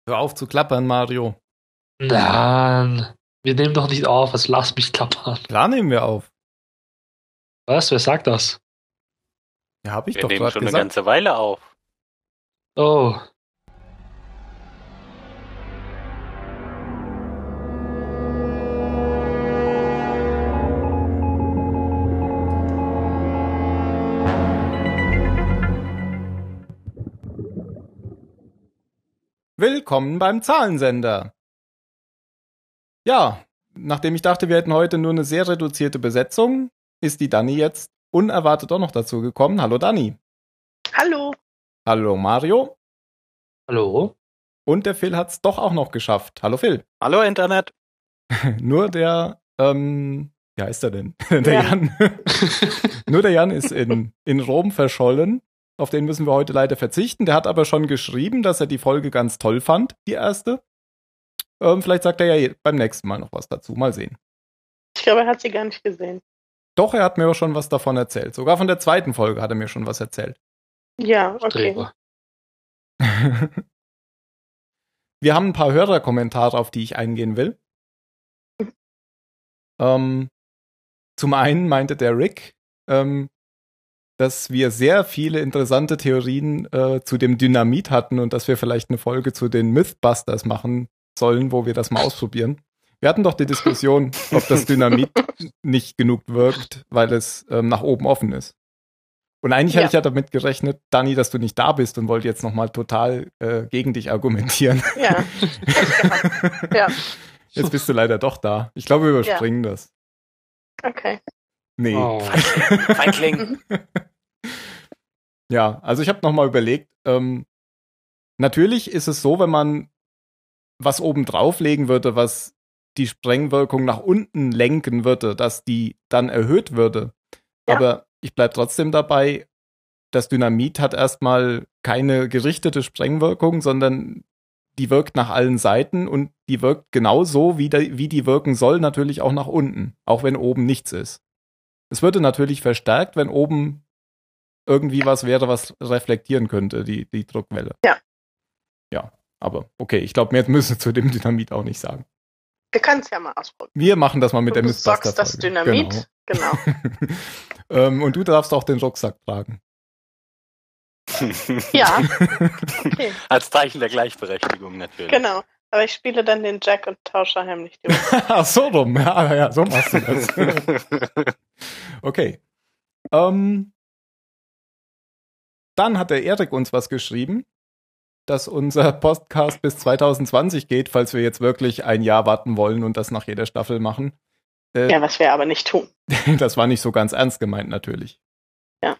Hör auf zu klappern, Mario. Nein, wir nehmen doch nicht auf, also lass mich klappern. Klar nehmen wir auf. Was? Wer sagt das? Ja, hab ich Wir doch nehmen gerade schon eine gesagt. ganze Weile auf. Oh. Willkommen beim Zahlensender. Ja, nachdem ich dachte, wir hätten heute nur eine sehr reduzierte Besetzung, ist die Dani jetzt unerwartet auch noch dazu gekommen. Hallo Dani. Hallo. Hallo Mario. Hallo? Und der Phil hat's doch auch noch geschafft. Hallo Phil. Hallo Internet. Nur der, wie heißt er denn? Der Jan. Nur der Jan ist in Rom verschollen. Auf den müssen wir heute leider verzichten. Der hat aber schon geschrieben, dass er die Folge ganz toll fand, die erste. Vielleicht sagt er ja beim nächsten Mal noch was dazu. Mal sehen. Ich glaube, er hat sie gar nicht gesehen. Doch, er hat mir auch schon was davon erzählt. Sogar von der zweiten Folge hat er mir schon was erzählt. Ja, okay. Streber. Wir haben ein paar Hörerkommentare, auf die ich eingehen will. Zum einen meinte der Rick, dass wir sehr viele interessante Theorien zu dem Dynamit hatten und dass wir vielleicht eine Folge zu den Mythbusters machen sollen, wo wir das mal ausprobieren. Wir hatten doch die Diskussion, ob das Dynamit nicht genug wirkt, weil es nach oben offen ist. Und eigentlich hatte ich ja damit gerechnet, Dani, dass du nicht da bist und wollte jetzt nochmal total gegen dich argumentieren. Ja. Ja. Jetzt bist du leider doch da. Ich glaube, wir überspringen das. Okay. Nee. Oh. Feigling. Ja, also ich habe nochmal überlegt, natürlich ist es so, wenn man was oben drauflegen würde, was die Sprengwirkung nach unten lenken würde, dass die dann erhöht würde. Ja. Aber ich bleib trotzdem dabei, das Dynamit hat erstmal keine gerichtete Sprengwirkung, sondern die wirkt nach allen Seiten und die wirkt genauso, wie die wirken soll, natürlich auch nach unten, auch wenn oben nichts ist. Es würde natürlich verstärkt, wenn oben irgendwie was wäre, was reflektieren könnte, die Druckwelle. Ja. Ja, aber okay, ich glaube, mehr müssen wir zu dem Dynamit auch nicht sagen. Wir können es ja mal ausprobieren. Wir machen das mal mit der Du Mythbuster-Folge. sagst das Dynamit. Genau. Und du darfst auch den Rucksack tragen. Ja. Okay. Als Zeichen der Gleichberechtigung natürlich. Genau. Aber ich spiele dann den Jack und tausche heimlich die Uhr. Ach, so rum. Ja, so machst du das. Okay. Dann hat der Erik uns was geschrieben, dass unser Podcast bis 2020 geht, falls wir jetzt wirklich ein Jahr warten wollen und das nach jeder Staffel machen. Ja, was wir aber nicht tun. Das war nicht so ganz ernst gemeint, natürlich. Ja.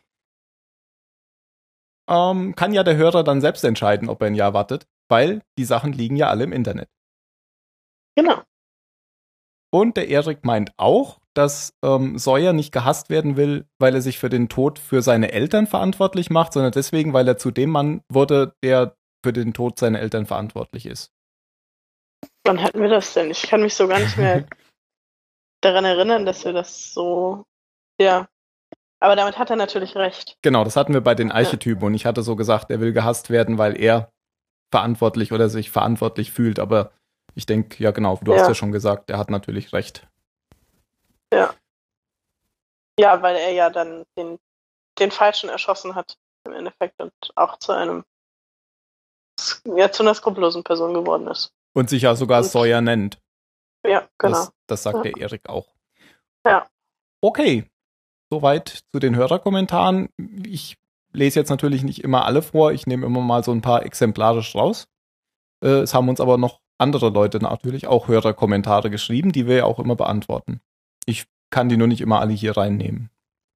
Kann ja der Hörer dann selbst entscheiden, ob er ein Jahr wartet, weil die Sachen liegen ja alle im Internet. Genau. Und der Erik meint auch, dass Sawyer nicht gehasst werden will, weil er sich für den Tod für seine Eltern verantwortlich macht, sondern deswegen, weil er zu dem Mann wurde, der für den Tod seiner Eltern verantwortlich ist. Wann hatten wir das denn? Ich kann mich so gar nicht mehr daran erinnern, dass wir das so... Ja. Aber damit hat er natürlich recht. Genau, das hatten wir bei den Archetypen und ich hatte so gesagt, er will gehasst werden, weil er verantwortlich oder sich verantwortlich fühlt, aber ich denke, ja genau, du hast ja schon gesagt, er hat natürlich recht. Ja. Ja, weil er ja dann den Falschen erschossen hat, im Endeffekt, und auch zu einer skrupellosen Person geworden ist. Und sich ja sogar Sawyer nennt. Ja, genau. Das sagt der Erik auch. Ja. Okay, soweit zu den Hörerkommentaren. Ich lese jetzt natürlich nicht immer alle vor, ich nehme immer mal so ein paar exemplarisch raus. Es haben uns aber noch andere Leute natürlich auch Hörerkommentare geschrieben, die wir ja auch immer beantworten. Ich kann die nur nicht immer alle hier reinnehmen.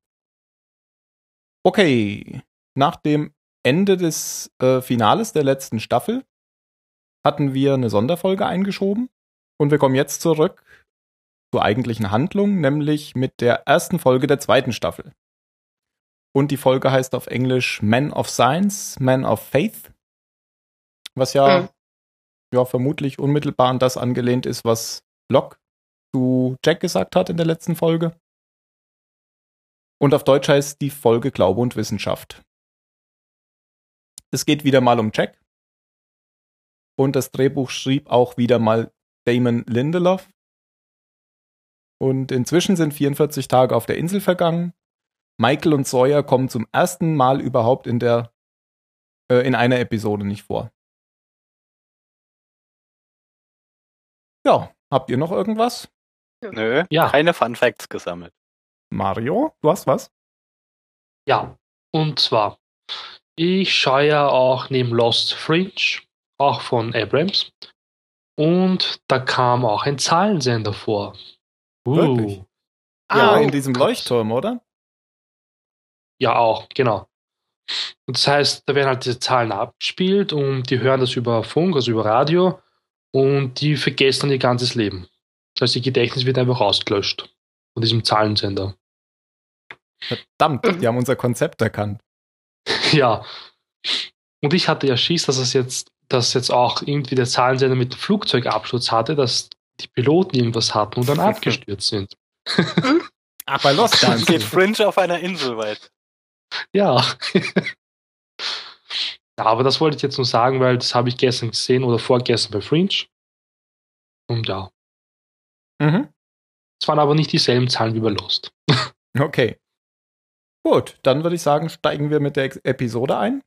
Okay, nach dem Ende des Finales der letzten Staffel hatten wir eine Sonderfolge eingeschoben und wir kommen jetzt zurück zur eigentlichen Handlung, nämlich mit der ersten Folge der zweiten Staffel. Und die Folge heißt auf Englisch Man of Science, Man of Faith, was ja vermutlich unmittelbar an das angelehnt ist, was Locke zu Jack gesagt hat in der letzten Folge. Und auf Deutsch heißt die Folge Glaube und Wissenschaft. Es geht wieder mal um Jack. Und das Drehbuch schrieb auch wieder mal Damon Lindelof. Und inzwischen sind 44 Tage auf der Insel vergangen. Michael und Sawyer kommen zum ersten Mal überhaupt in einer Episode nicht vor. Ja, habt ihr noch irgendwas? Nö, Ja. keine Fun Facts gesammelt. Mario, du hast was? Ja, und zwar, ich schaue ja auch neben Lost Fringe, auch von Abrams. Und da kam auch ein Zahlensender vor. Wirklich? Ja, In diesem Leuchtturm, oder? Ja, auch, genau. Und das heißt, da werden halt diese Zahlen abgespielt und die hören das über Funk, also über Radio, und die vergessen dann ihr ganzes Leben. Das heißt, ihr Gedächtnis wird einfach ausgelöscht von diesem Zahlensender. Verdammt, die haben unser Konzept erkannt. Ja. Und ich hatte ja Schiss, dass jetzt auch irgendwie der Zahlensender mit dem Flugzeugabsturz hatte, dass die Piloten irgendwas hatten und dann abgestürzt sind. Ach, bei Lost Dann meinst geht du? Fringe auf einer Insel weit. Ja. Ja, aber das wollte ich jetzt nur sagen, weil das habe ich gestern gesehen oder vorgestern bei Fringe. Und ja, Mhm. es waren aber nicht dieselben Zahlen wie bei Lost. Okay. Gut, dann würde ich sagen, steigen wir mit der Episode ein.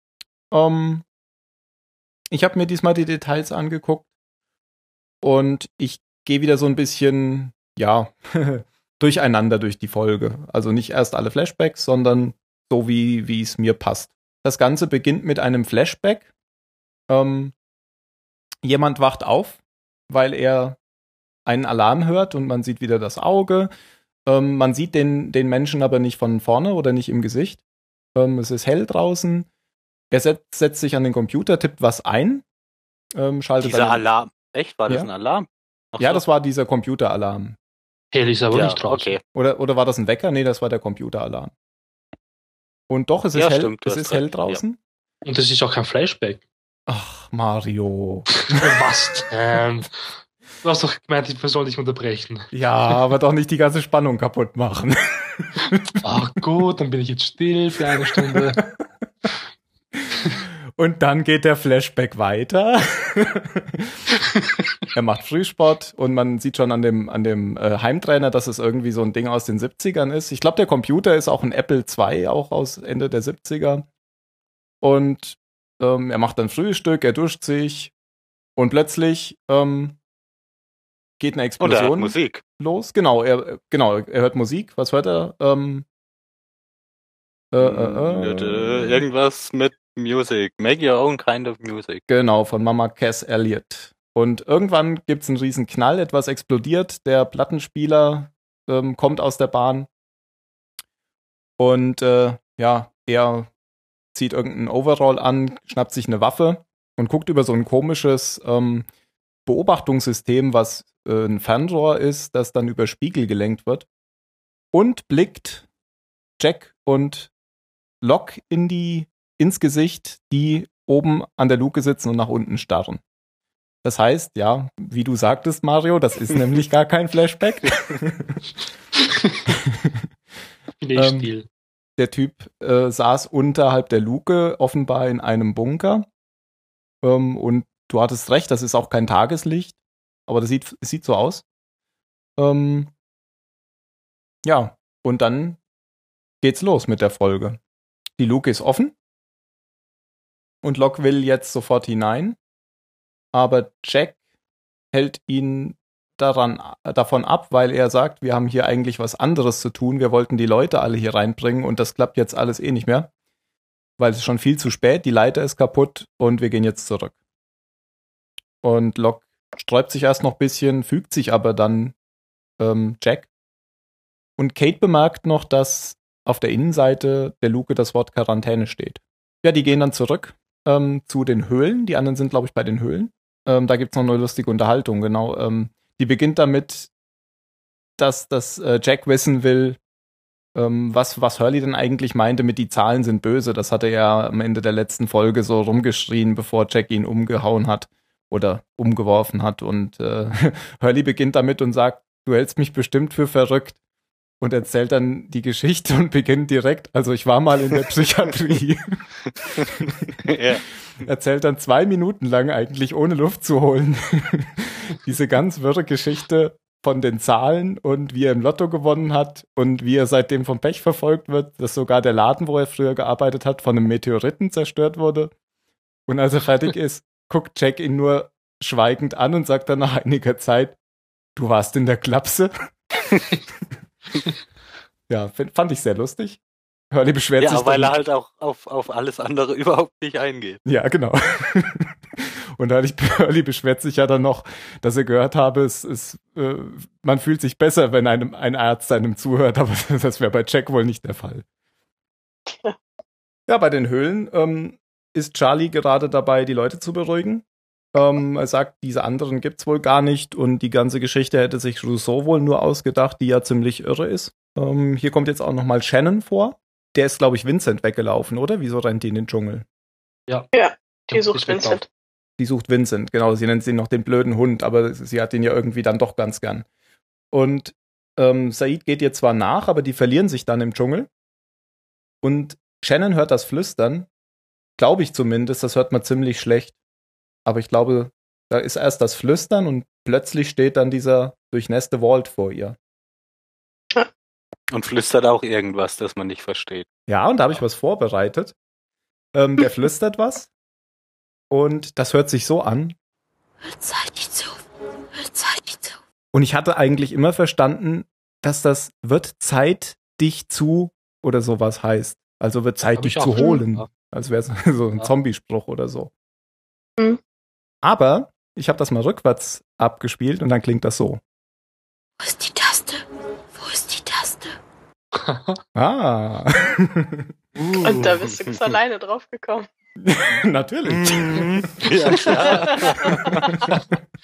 Ich habe mir diesmal die Details angeguckt und ich gehe wieder so ein bisschen, ja, durcheinander durch die Folge. Also nicht erst alle Flashbacks, sondern so, wie es mir passt. Das Ganze beginnt mit einem Flashback. Jemand wacht auf, weil er einen Alarm hört und man sieht wieder das Auge. Man sieht den Menschen aber nicht von vorne oder nicht im Gesicht. Es ist hell draußen. Er setzt sich an den Computer, tippt was ein. Schaltet Dieser dann- Alarm. Echt? War das Ja. ein Alarm? Ach Ja, so. das war dieser Computeralarm. Hell ist aber ja, nicht draußen. okay. Oder war das ein Wecker? Nee, das war der Computeralarm. Und doch, es ist Ja, hell, stimmt, du es hast ist hell recht, draußen. Und das ist auch kein Flashback. Ach, Mario. Was denn? Du hast doch gemeint, ich soll dich unterbrechen. Ja, aber doch nicht die ganze Spannung kaputt machen. Ach gut, dann bin ich jetzt still für eine Stunde. Und dann geht der Flashback weiter. Er macht Frühsport und man sieht schon an dem Heimtrainer, dass es irgendwie so ein Ding aus den 70ern ist. Ich glaube, der Computer ist auch ein Apple II, auch aus Ende der 70er. Und er macht dann Frühstück, er duscht sich und plötzlich geht eine Und er hat Explosion Musik. los. Genau, er hört Musik. Was hört er? Irgendwas mit Music. Make your own kind of music. Genau, von Mama Cass Elliot. Und irgendwann gibt es einen riesen Knall, etwas explodiert, der Plattenspieler kommt aus der Bahn und er zieht irgendeinen Overall an, schnappt sich eine Waffe und guckt über so ein komisches Beobachtungssystem, was ein Fernrohr ist, das dann über Spiegel gelenkt wird und blickt Jack und Locke ins Gesicht, die oben an der Luke sitzen und nach unten starren. Das heißt, ja, wie du sagtest, Mario, das ist nämlich gar kein Flashback. Stil. Der Typ saß unterhalb der Luke, offenbar in einem Bunker. Und du hattest recht, das ist auch kein Tageslicht, aber das sieht so aus. Ja, und dann geht's los mit der Folge. Die Luke ist offen und Locke will jetzt sofort hinein, aber Jack hält ihn davon ab, weil er sagt, wir haben hier eigentlich was anderes zu tun, wir wollten die Leute alle hier reinbringen und das klappt jetzt alles eh nicht mehr, weil es ist schon viel zu spät, die Leiter ist kaputt und wir gehen jetzt zurück. Und Locke sträubt sich erst noch ein bisschen, fügt sich aber dann Jack. Und Kate bemerkt noch, dass auf der Innenseite der Luke das Wort Quarantäne steht. Ja, die gehen dann zurück zu den Höhlen. Die anderen sind, glaube ich, bei den Höhlen. Da gibt es noch eine lustige Unterhaltung, genau. Die beginnt damit, dass Jack wissen will, was Hurley denn eigentlich meinte mit die Zahlen sind böse. Das hatte er am Ende der letzten Folge so rumgeschrien, bevor Jack ihn umgehauen hat oder umgeworfen hat. Und Hurley beginnt damit und sagt, du hältst mich bestimmt für verrückt. Und erzählt dann die Geschichte und beginnt direkt, also ich war mal in der Psychiatrie. Ja. erzählt dann 2 Minuten lang eigentlich ohne Luft zu holen diese ganz wirre Geschichte von den Zahlen und wie er im Lotto gewonnen hat und wie er seitdem vom Pech verfolgt wird, dass sogar der Laden, wo er früher gearbeitet hat, von einem Meteoriten zerstört wurde. Und als er fertig ist, guckt Jack ihn nur schweigend an und sagt dann nach einiger Zeit, du warst in der Klapse? Ja, fand ich sehr lustig. Hurley beschwert sich. Ja, weil er halt auch auf alles andere überhaupt nicht eingeht. Ja, genau. Und Hurley beschwert sich ja dann noch, dass er gehört habe, man fühlt sich besser, wenn ein Arzt einem zuhört, aber das wäre bei Jack wohl nicht der Fall. Ja, bei den Höhlen ist Charlie gerade dabei, die Leute zu beruhigen. Er sagt, diese anderen gibt's wohl gar nicht und die ganze Geschichte hätte sich Rousseau wohl nur ausgedacht, die ja ziemlich irre ist. Hier kommt jetzt auch nochmal Shannon vor. Der ist, glaube ich, Vincent weggelaufen, oder? Wieso rennt die in den Dschungel? Ja, die sucht Vincent. Die sucht Vincent, genau. Sie nennt ihn noch den blöden Hund, aber sie hat ihn ja irgendwie dann doch ganz gern. Und Said geht ihr zwar nach, aber die verlieren sich dann im Dschungel. Und Shannon hört das Flüstern. Glaube ich zumindest, das hört man ziemlich schlecht. Aber ich glaube, da ist erst das Flüstern und plötzlich steht dann dieser durchnässte Walt vor ihr. Und flüstert auch irgendwas, das man nicht versteht. Ja, und da habe ich was vorbereitet. Der flüstert was. Und das hört sich so an. Und ich hatte eigentlich immer verstanden, dass das wird Zeit, dich zu oder sowas heißt. Also wird Zeit, dich zu holen. Ja. Als wäre es so ein Zombiespruch oder so. Mhm. Aber ich habe das mal rückwärts abgespielt und dann klingt das so. Wo ist die Taste? Wo ist die Taste? Ah. Und da bist du ganz alleine drauf gekommen. Natürlich. Ja, klar.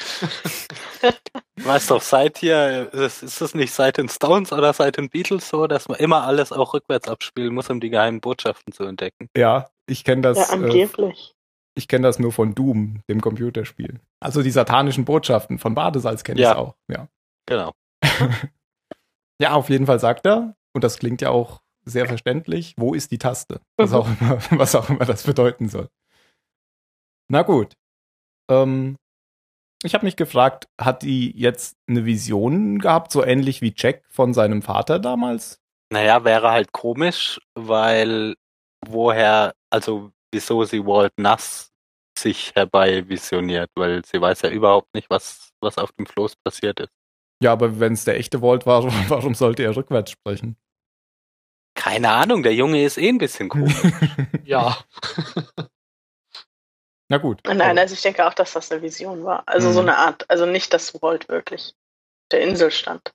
Weißt doch, seit hier, ist das nicht seit den Stones oder seit den Beatles so, dass man immer alles auch rückwärts abspielen muss, um die geheimen Botschaften zu entdecken? Ja, ich kenne das. Ja, angeblich. Ich kenne das nur von Doom, dem Computerspiel. Also die satanischen Botschaften von Badesalz kenne ich auch. Ja, genau. Ja, auf jeden Fall sagt er, und das klingt ja auch sehr verständlich, wo ist die Taste? Was auch immer das bedeuten soll. Na gut. Ich habe mich gefragt, hat die jetzt eine Vision gehabt, so ähnlich wie Jack von seinem Vater damals? Naja, wäre halt komisch, weil wieso sie Walt Nass sich herbei visioniert, weil sie weiß ja überhaupt nicht, was auf dem Floß passiert ist. Ja, aber wenn es der echte Walt war, warum sollte er rückwärts sprechen? Keine Ahnung, der Junge ist ein bisschen komisch. Ja. Na gut. Nein, also ich denke auch, dass das eine Vision war. Also so eine Art, also nicht, dass Walt wirklich auf der Insel stand.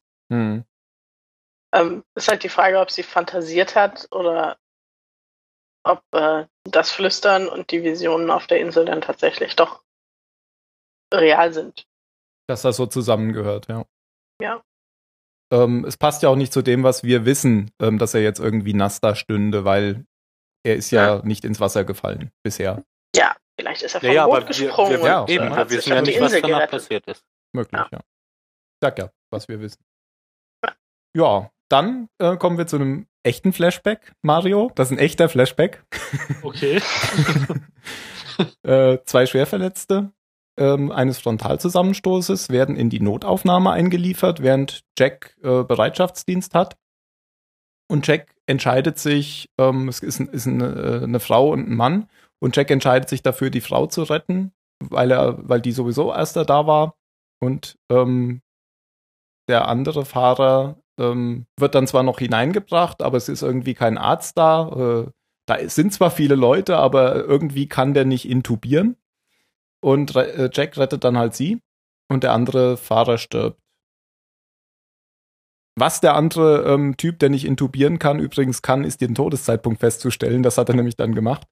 Ist halt die Frage, ob sie fantasiert hat oder ob das Flüstern und die Visionen auf der Insel dann tatsächlich doch real sind. Dass das so zusammengehört, ja. Ja. Es passt ja auch nicht zu dem, was wir wissen, dass er jetzt irgendwie nass da stünde, weil er ist ja nicht ins Wasser gefallen bisher. Ja, vielleicht ist er vom Boot gesprungen. Wir wissen ja nicht, was danach passiert ist. Möglich, ja. Sag ja, was wir wissen. Ja, dann kommen wir zu einem echten Flashback, Mario. Das ist ein echter Flashback. Okay. 2 Schwerverletzte eines Frontalzusammenstoßes werden in die Notaufnahme eingeliefert, während Jack Bereitschaftsdienst hat. Und Jack entscheidet sich, es ist eine Frau und ein Mann, und Jack entscheidet sich dafür, die Frau zu retten, weil die sowieso erst da war. Und der andere Fahrer wird dann zwar noch hineingebracht, aber es ist irgendwie kein Arzt da. Da sind zwar viele Leute, aber irgendwie kann der nicht intubieren. Und Jack rettet dann halt sie und der andere Fahrer stirbt. Was der andere Typ, der nicht intubieren kann, übrigens kann, ist den Todeszeitpunkt festzustellen. Das hat er nämlich dann gemacht.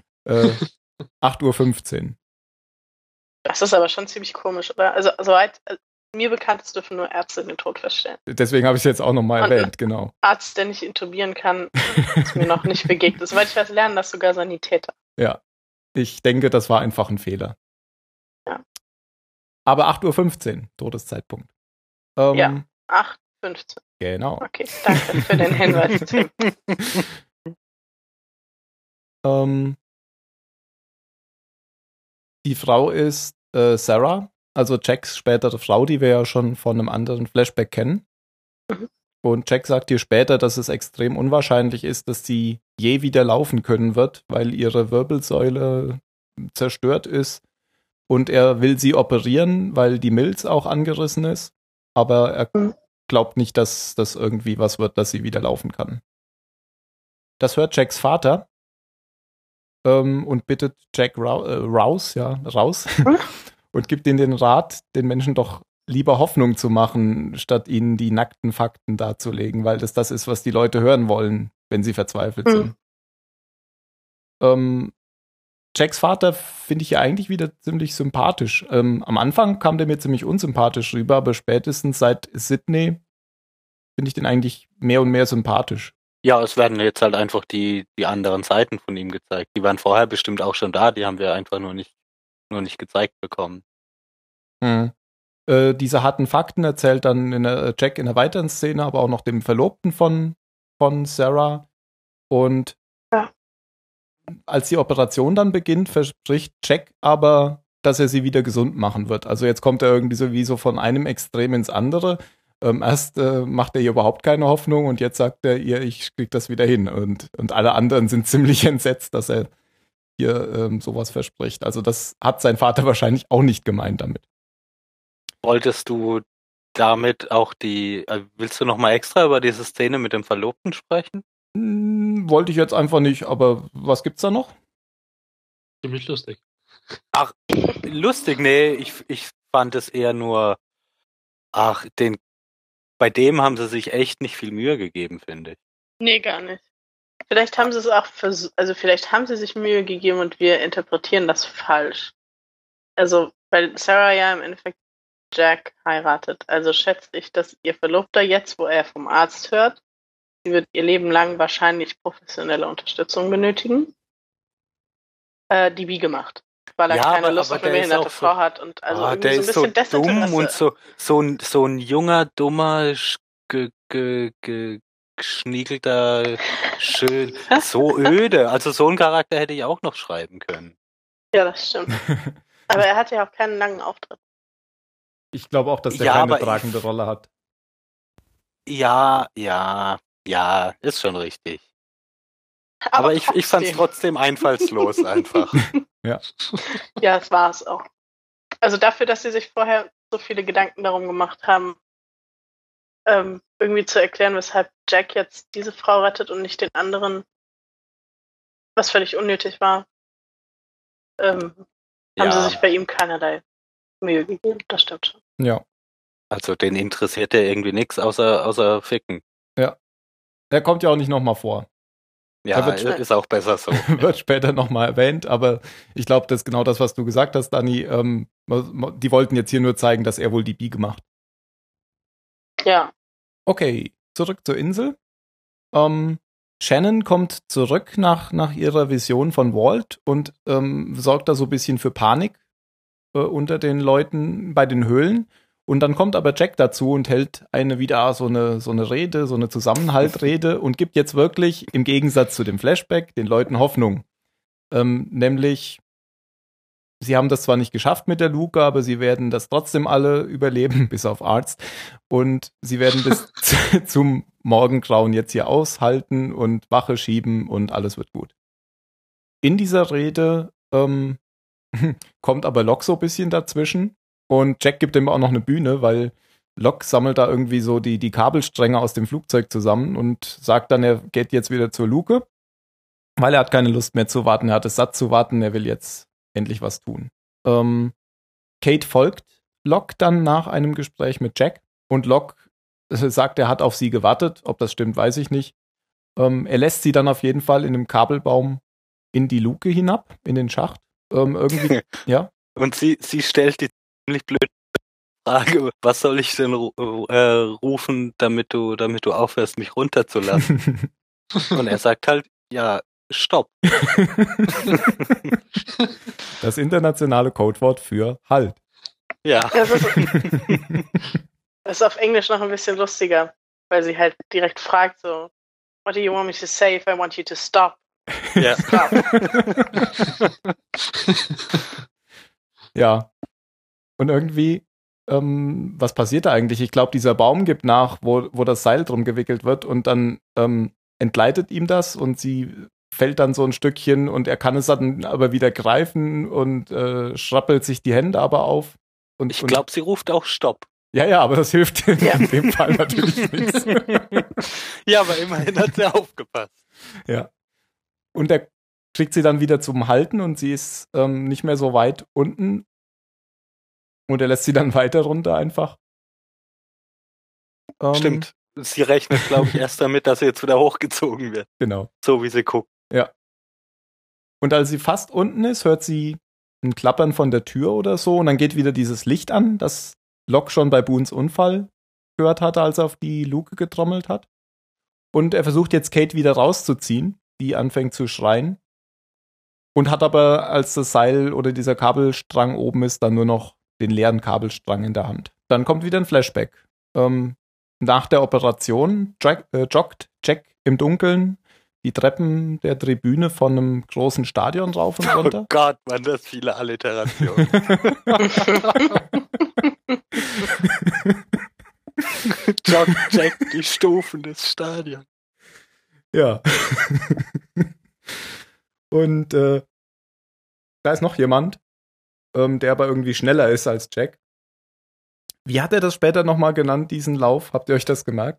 8:15 Uhr. Das ist aber schon ziemlich komisch, oder? Also soweit mir bekannt ist, dürfen nur Ärzte den Tod feststellen. Deswegen habe ich es jetzt auch nochmal erwähnt, genau. Arzt, der nicht intubieren kann, ist mir noch nicht begegnet. Soweit ich weiß, lernen das sogar Sanitäter. Ja, ich denke, das war einfach ein Fehler. Ja. Aber 8:15 Uhr, Todeszeitpunkt. Ja, 8:15 Uhr. Genau. Okay, danke für den Hinweis, Tim. Die Frau ist Sarah, also Jacks spätere Frau, die wir ja schon von einem anderen Flashback kennen. Mhm. Und Jack sagt ihr später, dass es extrem unwahrscheinlich ist, dass sie je wieder laufen können wird, weil ihre Wirbelsäule zerstört ist. Und er will sie operieren, weil die Milz auch angerissen ist. Aber er glaubt nicht, dass das irgendwie was wird, dass sie wieder laufen kann. Das hört Jacks Vater und bittet Jack raus und gibt ihnen den Rat, den Menschen doch lieber Hoffnung zu machen, statt ihnen die nackten Fakten darzulegen, weil das ist, was die Leute hören wollen, wenn sie verzweifelt sind. Jacks Vater finde ich ja eigentlich wieder ziemlich sympathisch. Am Anfang kam der mir ziemlich unsympathisch rüber, aber spätestens seit Sydney finde ich den eigentlich mehr und mehr sympathisch. Ja, es werden jetzt halt einfach die anderen Seiten von ihm gezeigt. Die waren vorher bestimmt auch schon da, die haben wir einfach nur nicht gezeigt bekommen. Diese harten Fakten erzählt dann Jack in einer weiteren Szene, aber auch noch dem Verlobten von Sarah. Und als die Operation dann beginnt, verspricht Jack aber, dass er sie wieder gesund machen wird. Also jetzt kommt er irgendwie so von einem Extrem ins andere. Erst macht er ihr überhaupt keine Hoffnung und jetzt sagt er ihr, ich krieg das wieder hin. Und alle anderen sind ziemlich entsetzt, dass er hier sowas verspricht. Also das hat sein Vater wahrscheinlich auch nicht gemeint damit. Wolltest du damit auch willst du nochmal extra über diese Szene mit dem Verlobten sprechen? Wollte ich jetzt einfach nicht, aber was gibt's da noch? Ziemlich lustig. Ach, lustig, nee, ich fand es eher nur, bei dem haben sie sich echt nicht viel Mühe gegeben, finde ich. Nee, gar nicht. Vielleicht haben sie es auch vielleicht haben sie sich Mühe gegeben und wir interpretieren das falsch. Also, weil Sarah ja im Endeffekt Jack heiratet. Also schätze ich, dass ihr Verlobter jetzt, wo er vom Arzt hört, sie wird ihr Leben lang wahrscheinlich professionelle Unterstützung benötigen, die Biege macht. Weil er keine Lust auf eine behinderte Frau hat und also irgendwie so ein bisschen dumm und so ein junger, dummer, geschniegelter, schön, so öde. Also so einen Charakter hätte ich auch noch schreiben können. Ja, das stimmt. Aber er hat ja auch keinen langen Auftritt. Ich glaube auch, dass der keine tragende Rolle hat. Ja, ist schon richtig. Aber ich fand es trotzdem einfallslos einfach. Ja, das war es auch. Also dafür, dass sie sich vorher so viele Gedanken darum gemacht haben, irgendwie zu erklären, weshalb Jack jetzt diese Frau rettet und nicht den anderen, was völlig unnötig war, haben sie sich bei ihm keinerlei Mühe gegeben. Das stimmt schon. Ja. Also den interessiert ja irgendwie nichts außer Ficken. Ja. Er kommt ja auch nicht nochmal vor. Ja, ist auch besser so. Wird später nochmal erwähnt, aber ich glaube, das ist genau das, was du gesagt hast, Dani. Die wollten jetzt hier nur zeigen, dass er wohl die Biege macht. Ja. Okay, zurück zur Insel. Shannon kommt zurück nach ihrer Vision von Walt und sorgt da so ein bisschen für Panik unter den Leuten bei den Höhlen. Und dann kommt aber Jack dazu und hält so eine Rede, so eine Zusammenhaltrede und gibt jetzt wirklich im Gegensatz zu dem Flashback den Leuten Hoffnung. Nämlich, sie haben das zwar nicht geschafft mit der Luke, aber sie werden das trotzdem alle überleben, bis auf Arzt. Und sie werden bis zum Morgengrauen jetzt hier aushalten und Wache schieben und alles wird gut. In dieser Rede kommt aber Locke so ein bisschen dazwischen. Und Jack gibt ihm auch noch eine Bühne, weil Locke sammelt da irgendwie so die Kabelstränge aus dem Flugzeug zusammen und sagt dann, er geht jetzt wieder zur Luke, weil er hat keine Lust mehr zu warten. Er hat es satt zu warten, er will jetzt endlich was tun. Kate folgt Locke dann nach einem Gespräch mit Jack und Locke sagt, er hat auf sie gewartet. Ob das stimmt, weiß ich nicht. Er lässt sie dann auf jeden Fall in einem Kabelbaum in die Luke hinab, in den Schacht. Irgendwie, ja. Und sie stellt die ziemlich blöde Frage, was soll ich denn rufen, damit du aufhörst, mich runterzulassen? Und er sagt halt, ja, stopp. Das internationale Codewort für Halt. Ja. Das ist auf Englisch noch ein bisschen lustiger, weil sie halt direkt fragt so, what do you want me to say if I want you to stop? Ja. Stop. Ja. Und irgendwie, was passiert da eigentlich? Ich glaube, dieser Baum gibt nach, wo das Seil drum gewickelt wird und dann entgleitet ihm das und sie fällt dann so ein Stückchen und er kann es dann aber wieder greifen und schrappelt sich die Hände aber auf. Und, Ich glaube, sie ruft auch Stopp. Ja, aber das hilft in dem Fall natürlich nichts. Ja, aber immerhin hat sie aufgepasst. Ja. Und er kriegt sie dann wieder zum Halten und sie ist nicht mehr so weit unten. Und er lässt sie dann weiter runter einfach. Stimmt. Sie rechnet, glaube ich, erst damit, dass sie jetzt wieder hochgezogen wird. Genau. So wie sie guckt. Ja. Und als sie fast unten ist, hört sie ein Klappern von der Tür oder so und dann geht wieder dieses Licht an, das Locke schon bei Boons Unfall gehört hatte, als er auf die Luke getrommelt hat. Und er versucht jetzt Kate wieder rauszuziehen, die anfängt zu schreien. Und hat aber, als das Seil oder dieser Kabelstrang oben ist, dann nur noch den leeren Kabelstrang in der Hand. Dann kommt wieder ein Flashback. Nach der Operation joggt Jack im Dunkeln die Treppen der Tribüne von einem großen Stadion rauf und runter. Oh Gott, waren das viele Alliterationen. Joggt Jack die Stufen des Stadions. Ja. Und da ist noch jemand, der aber irgendwie schneller ist als Jack. Wie hat er das später nochmal genannt, diesen Lauf? Habt ihr euch das gemerkt?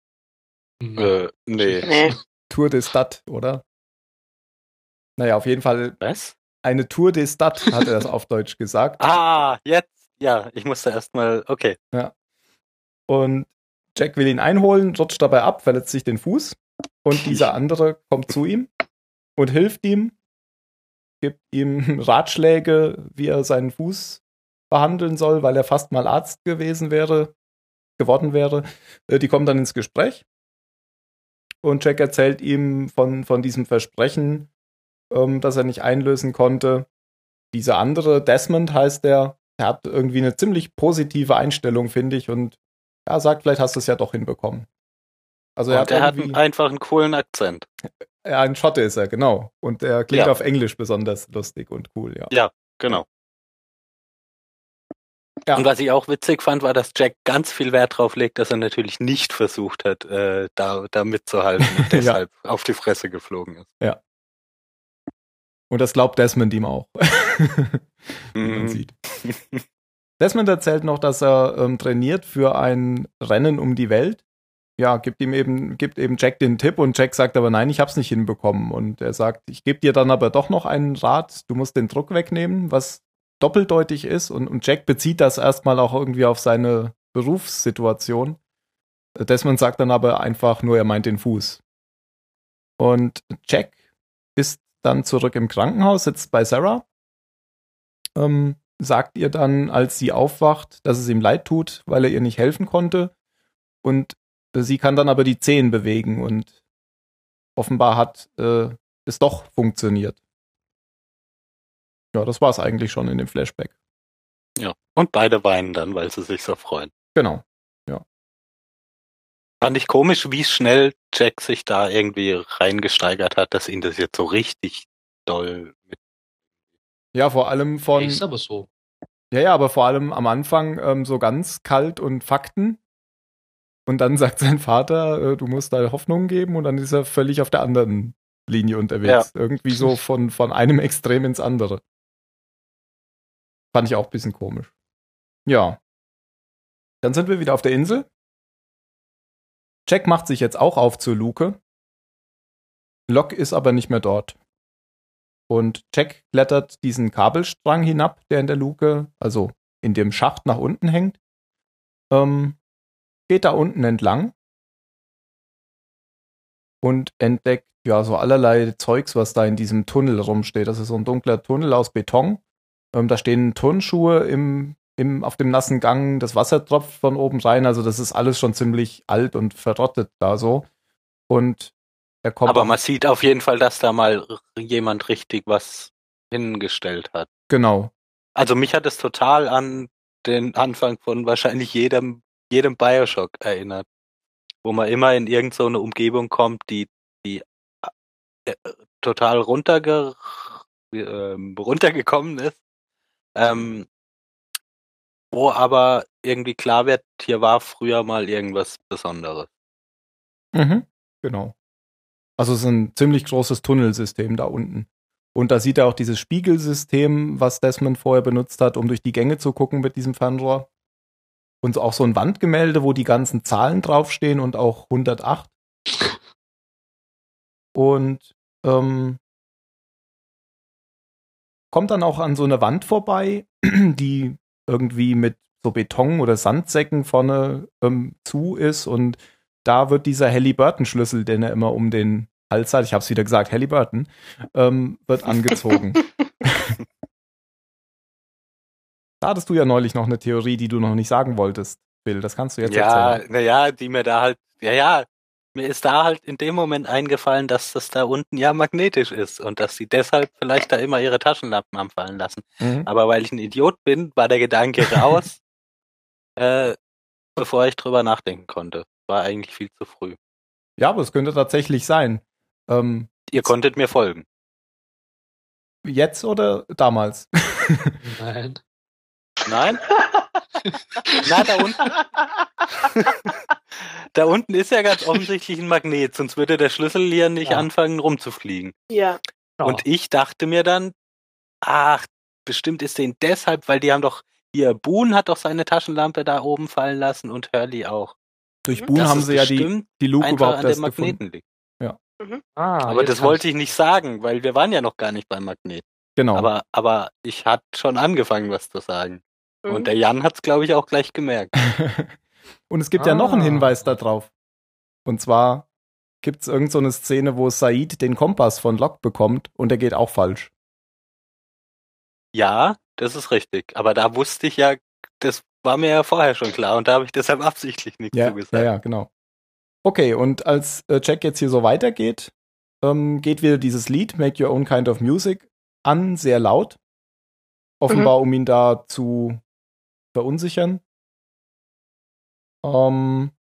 Nee. Tour de Stade, oder? Naja, auf jeden Fall Was? eine Tour de Stade, hat er das auf Deutsch gesagt. Jetzt. Ja, ich musste erstmal, okay. Ja. Und Jack will ihn einholen, rutscht dabei ab, verletzt sich den Fuß. Und dieser andere kommt zu ihm und hilft ihm, gibt ihm Ratschläge, wie er seinen Fuß behandeln soll, weil er fast mal Arzt geworden wäre. Die kommen dann ins Gespräch. Und Jack erzählt ihm von diesem Versprechen, das er nicht einlösen konnte. Dieser andere, Desmond heißt der hat irgendwie eine ziemlich positive Einstellung, finde ich. Und er sagt, vielleicht hast du es ja doch hinbekommen. Also er hat einfach einen coolen Akzent. Ja, ein Schotte ist er, genau. Und er klingt auf Englisch besonders lustig und cool, ja. Ja, genau. Ja. Und was ich auch witzig fand, war, dass Jack ganz viel Wert drauf legt, dass er natürlich nicht versucht hat, da mitzuhalten und deshalb auf die Fresse geflogen ist. Ja. Und das glaubt Desmond ihm auch. Wie man sieht. Desmond erzählt noch, dass er trainiert für ein Rennen um die Welt. Ja, gibt eben Jack den Tipp und Jack sagt aber nein, ich hab's nicht hinbekommen. Und er sagt, ich gebe dir dann aber doch noch einen Rat, du musst den Druck wegnehmen, was doppeldeutig ist. Und Jack bezieht das erstmal auch irgendwie auf seine Berufssituation. Desmond sagt dann aber einfach nur, er meint den Fuß. Und Jack ist dann zurück im Krankenhaus, sitzt bei Sarah, sagt ihr dann, als sie aufwacht, dass es ihm leid tut, weil er ihr nicht helfen konnte. Und sie kann dann aber die Zehen bewegen und offenbar hat es doch funktioniert. Ja, das war es eigentlich schon in dem Flashback. Ja, und beide weinen dann, weil sie sich so freuen. Genau, ja. Fand ich komisch, wie schnell Jack sich da irgendwie reingesteigert hat, dass ihn das jetzt so richtig doll mit. Ja, vor allem von. Ist aber so. Ja, aber vor allem am Anfang so ganz kalt und Fakten. Und dann sagt sein Vater, du musst da Hoffnung geben und dann ist er völlig auf der anderen Linie unterwegs. Ja. Irgendwie so von einem Extrem ins andere. Fand ich auch ein bisschen komisch. Ja. Dann sind wir wieder auf der Insel. Jack macht sich jetzt auch auf zur Luke. Locke ist aber nicht mehr dort. Und Jack klettert diesen Kabelstrang hinab, der in der Luke, also in dem Schacht nach unten hängt. Geht da unten entlang und entdeckt ja so allerlei Zeugs, was da in diesem Tunnel rumsteht. Das ist so ein dunkler Tunnel aus Beton. Da stehen Turnschuhe auf dem nassen Gang, das Wasser tropft von oben rein, also das ist alles schon ziemlich alt und verrottet da so. Und er kommt. Aber man sieht auf jeden Fall, dass da mal jemand richtig was hingestellt hat. Genau. Also mich hat es total an den Anfang von wahrscheinlich jedem Bioshock erinnert, wo man immer in irgend so eine Umgebung kommt, die total runtergekommen ist Wo aber irgendwie klar wird, hier war früher mal irgendwas Besonderes. Mhm, genau. Also es ist ein ziemlich großes Tunnelsystem da unten. Und da sieht er auch dieses Spiegelsystem, was Desmond vorher benutzt hat, um durch die Gänge zu gucken mit diesem Fernrohr. Und auch so ein Wandgemälde, wo die ganzen Zahlen draufstehen und auch 108. Und kommt dann auch an so eine Wand vorbei, die irgendwie mit so Beton oder Sandsäcken vorne zu ist. Und da wird dieser Halliburton-Schlüssel, den er immer um den Hals hat, ich habe es wieder gesagt, Halliburton, wird angezogen. Da hattest du ja neulich noch eine Theorie, die du noch nicht sagen wolltest, Bill. Das kannst du jetzt erzählen. Naja, die mir da halt, mir ist da halt in dem Moment eingefallen, dass das da unten ja magnetisch ist und dass sie deshalb vielleicht da immer ihre Taschenlampen anfallen lassen. Mhm. Aber weil ich ein Idiot bin, war der Gedanke raus, bevor ich drüber nachdenken konnte. War eigentlich viel zu früh. Ja, aber es könnte tatsächlich sein. Ihr konntet mir folgen. Jetzt oder damals? Nein. Nein? Na, da unten. Da unten ist ja ganz offensichtlich ein Magnet, sonst würde der Schlüssel hier nicht anfangen rumzufliegen. Ja. Und ich dachte mir dann, ach, bestimmt ist den deshalb, weil die haben doch, hier, Boone hat doch seine Taschenlampe da oben fallen lassen und Hurley auch. Durch Boone haben sie ja die Luke einfach überhaupt an den erst Magneten gefunden. liegt. Ja. Aber das wollte ich nicht sagen, weil wir waren ja noch gar nicht beim Magnet. Genau. Aber ich hatte schon angefangen, was zu sagen. Mhm. Und der Jan hat es, glaube ich, auch gleich gemerkt. Und es gibt ja noch einen Hinweis darauf. Und zwar gibt es irgend so eine Szene, wo Said den Kompass von Locke bekommt und der geht auch falsch. Ja, das ist richtig. Aber da wusste ich ja, das war mir ja vorher schon klar und da habe ich deshalb absichtlich nichts zugesagt. Ja, genau. Okay, und als Jack jetzt hier so weitergeht, geht wieder dieses Lied Make Your Own Kind of Music an, sehr laut. Offenbar, um ihn da zu verunsichern. Und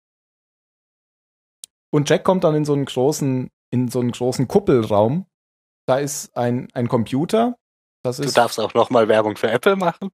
Jack kommt dann in so einen großen Kuppelraum. Da ist ein Computer. Du darfst auch nochmal Werbung für Apple machen.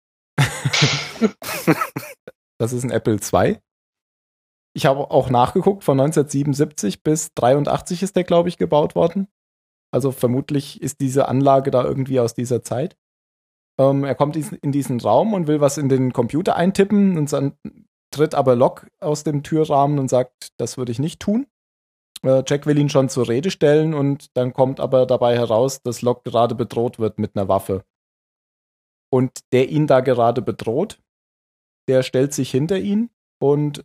Das ist ein Apple II. Ich habe auch nachgeguckt, von 1977 bis 83 ist der, glaube ich, gebaut worden. Also vermutlich ist diese Anlage da irgendwie aus dieser Zeit. Er kommt in diesen Raum und will was in den Computer eintippen und dann tritt aber Locke aus dem Türrahmen und sagt, das würde ich nicht tun. Jack will ihn schon zur Rede stellen und dann kommt aber dabei heraus, dass Locke gerade bedroht wird mit einer Waffe. Und der ihn da gerade bedroht, der stellt sich hinter ihn und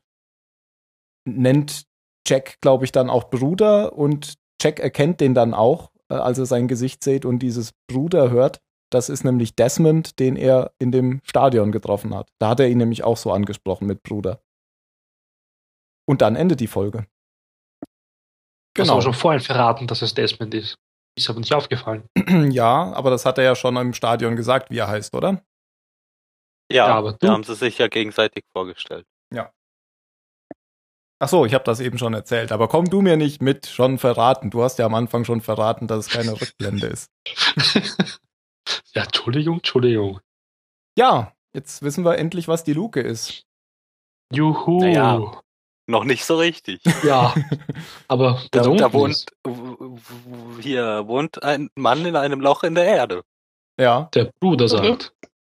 nennt Jack, glaube ich, dann auch Bruder und Jack erkennt den dann auch, als er sein Gesicht sieht und dieses Bruder hört. Das ist nämlich Desmond, den er in dem Stadion getroffen hat. Da hat er ihn nämlich auch so angesprochen mit Bruder. Und dann endet die Folge. Genau. Hast aber schon vorhin verraten, dass es Desmond ist. Ist aber nicht aufgefallen. Ja, aber das hat er ja schon im Stadion gesagt, wie er heißt, oder? Ja, aber da haben sie sich ja gegenseitig vorgestellt. Ja. Ach so, ich habe das eben schon erzählt. Aber komm du mir nicht mit, schon verraten. Du hast ja am Anfang schon verraten, dass es keine Rückblende ist. Ja, Entschuldigung. Ja, jetzt wissen wir endlich, was die Luke ist. Juhu. Naja, noch nicht so richtig. Ja, aber da wohnt ein Mann in einem Loch in der Erde. Ja. Der Bruder sagt.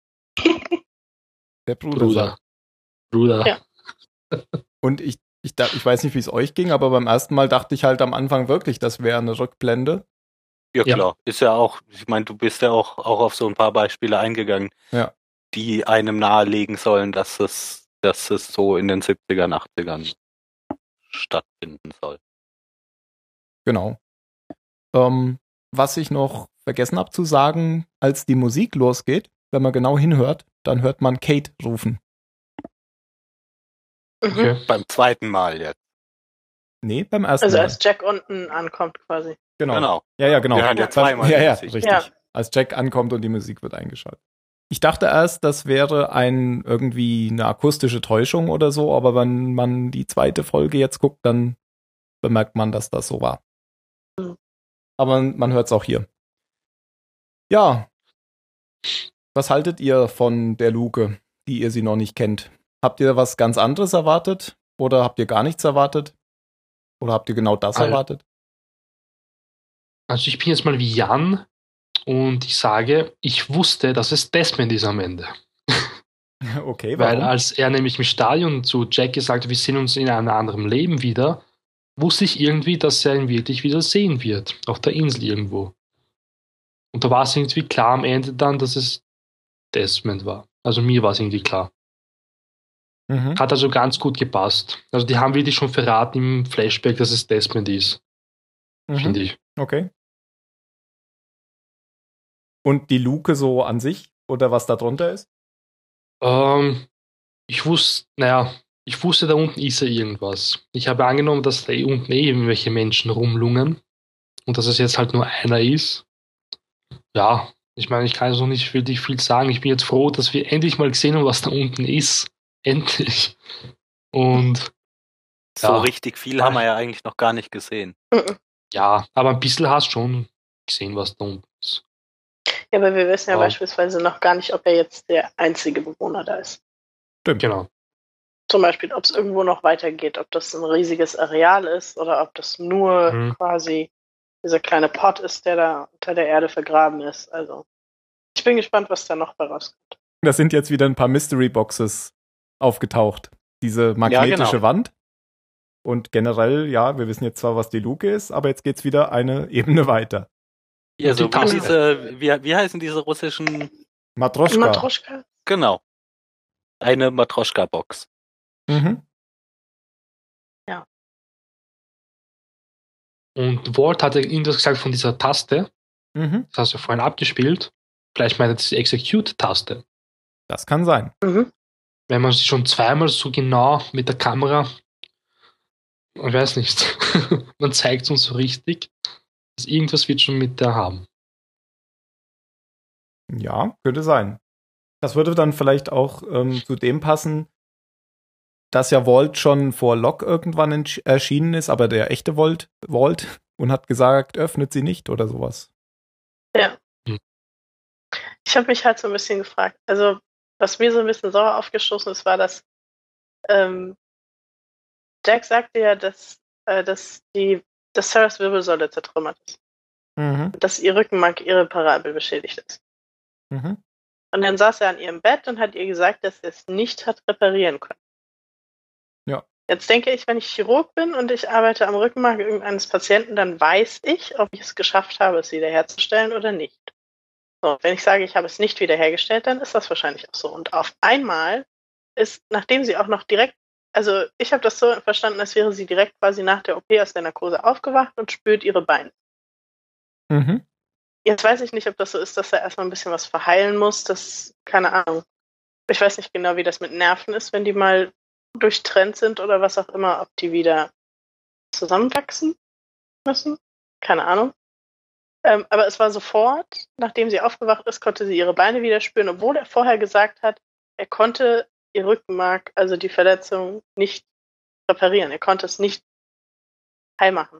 Der Bruder. Ja. Und ich weiß nicht, wie es euch ging, aber beim ersten Mal dachte ich halt am Anfang wirklich, das wäre eine Rückblende. Ja, klar. Ist ja auch, ich meine, du bist ja auch auf so ein paar Beispiele eingegangen, die einem nahelegen sollen, dass es so in den 70ern, 80ern stattfinden soll. Genau. Was ich noch vergessen habe zu sagen, als die Musik losgeht, wenn man genau hinhört, dann hört man Kate rufen. Okay. Beim zweiten Mal jetzt. Nee, beim ersten Mal. Also als Jack unten ankommt quasi. Genau. Ja, genau. Wir hören ja zweimal. Ja, richtig. Ja. Als Jack ankommt und die Musik wird eingeschaltet. Ich dachte erst, das wäre irgendwie eine akustische Täuschung oder so, aber wenn man die zweite Folge jetzt guckt, dann bemerkt man, dass das so war. Aber man hört es auch hier. Ja. Was haltet ihr von der Luke, die ihr sie noch nicht kennt? Habt ihr was ganz anderes erwartet? Oder habt ihr gar nichts erwartet? Oder habt ihr genau das erwartet? Also ich bin jetzt mal wie Jan und ich sage, ich wusste, dass es Desmond ist am Ende. Okay, warum? Weil als er nämlich im Stadion zu Jack gesagt hat, wir sehen uns in einem anderen Leben wieder, wusste ich irgendwie, dass er ihn wirklich wieder sehen wird. Auf der Insel irgendwo. Und da war es irgendwie klar am Ende dann, dass es Desmond war. Also mir war es irgendwie klar. Mhm. Hat also ganz gut gepasst. Also die haben wirklich schon verraten im Flashback, dass es Desmond ist. Finde ich. Okay. Und die Luke so an sich? Oder was da drunter ist? Ich wusste, da unten ist ja irgendwas. Ich habe angenommen, dass da unten irgendwelche Menschen rumlungern und dass es jetzt halt nur einer ist. Ja, ich meine, ich kann jetzt noch nicht wirklich viel sagen. Ich bin jetzt froh, dass wir endlich mal gesehen haben, was da unten ist. Endlich. Und so richtig viel haben wir ja eigentlich noch gar nicht gesehen. Ja, aber ein bisschen hast schon gesehen, was da unten ist. Ja, aber wir wissen ja beispielsweise noch gar nicht, ob er jetzt der einzige Bewohner da ist. Stimmt. Genau. Zum Beispiel, ob es irgendwo noch weitergeht, ob das ein riesiges Areal ist oder ob das nur quasi dieser kleine Pot ist, der da unter der Erde vergraben ist. Also, ich bin gespannt, was da noch bei rauskommt. Da sind jetzt wieder ein paar Mystery Boxes aufgetaucht. Diese magnetische Wand. Und generell, ja, wir wissen jetzt zwar, was die Luke ist, aber jetzt geht's wieder eine Ebene weiter. Ja, so wie diese, wie heißen diese russischen? Matroschka. Genau. Eine Matroschka-Box. Mhm. Ja. Und Walt hatte irgendwas gesagt von dieser Taste. Mhm. Das hast du vorhin abgespielt. Vielleicht meint er die Execute-Taste. Das kann sein. Mhm. Wenn man sie schon zweimal so genau mit der Kamera, ich weiß nicht, man zeigt es uns so richtig, dass irgendwas wird schon mit der haben. Ja, könnte sein. Das würde dann vielleicht auch zu dem passen, dass ja Walt schon vor Locke irgendwann erschienen ist, aber der echte Walt und hat gesagt, öffnet sie nicht oder sowas. Ja. Ich habe mich halt so ein bisschen gefragt, also was mir so ein bisschen sauer aufgestoßen ist, war, dass Jack sagte ja, dass Sarahs Wirbelsäule zertrümmert ist. Mhm. Dass ihr Rückenmark irreparabel beschädigt ist. Mhm. Und dann saß er an ihrem Bett und hat ihr gesagt, dass er es nicht hat reparieren können. Ja. Jetzt denke ich, wenn ich Chirurg bin und ich arbeite am Rückenmark irgendeines Patienten, dann weiß ich, ob ich es geschafft habe, es wiederherzustellen oder nicht. So, wenn ich sage, ich habe es nicht wiederhergestellt, dann ist das wahrscheinlich auch so. Und auf einmal ist, nachdem sie auch noch direkt, also ich habe das so verstanden, als wäre sie direkt quasi nach der OP aus der Narkose aufgewacht und spürt ihre Beine. Mhm. Jetzt weiß ich nicht, ob das so ist, dass er erstmal ein bisschen was verheilen muss. Das, keine Ahnung. Ich weiß nicht genau, wie das mit Nerven ist, wenn die mal durchtrennt sind oder was auch immer, ob die wieder zusammenwachsen müssen. Keine Ahnung. Aber es war sofort, nachdem sie aufgewacht ist, konnte sie ihre Beine wieder spüren, obwohl er vorher gesagt hat, er konnte ihr Rückenmark, also die Verletzung, nicht reparieren. Er konnte es nicht heil machen.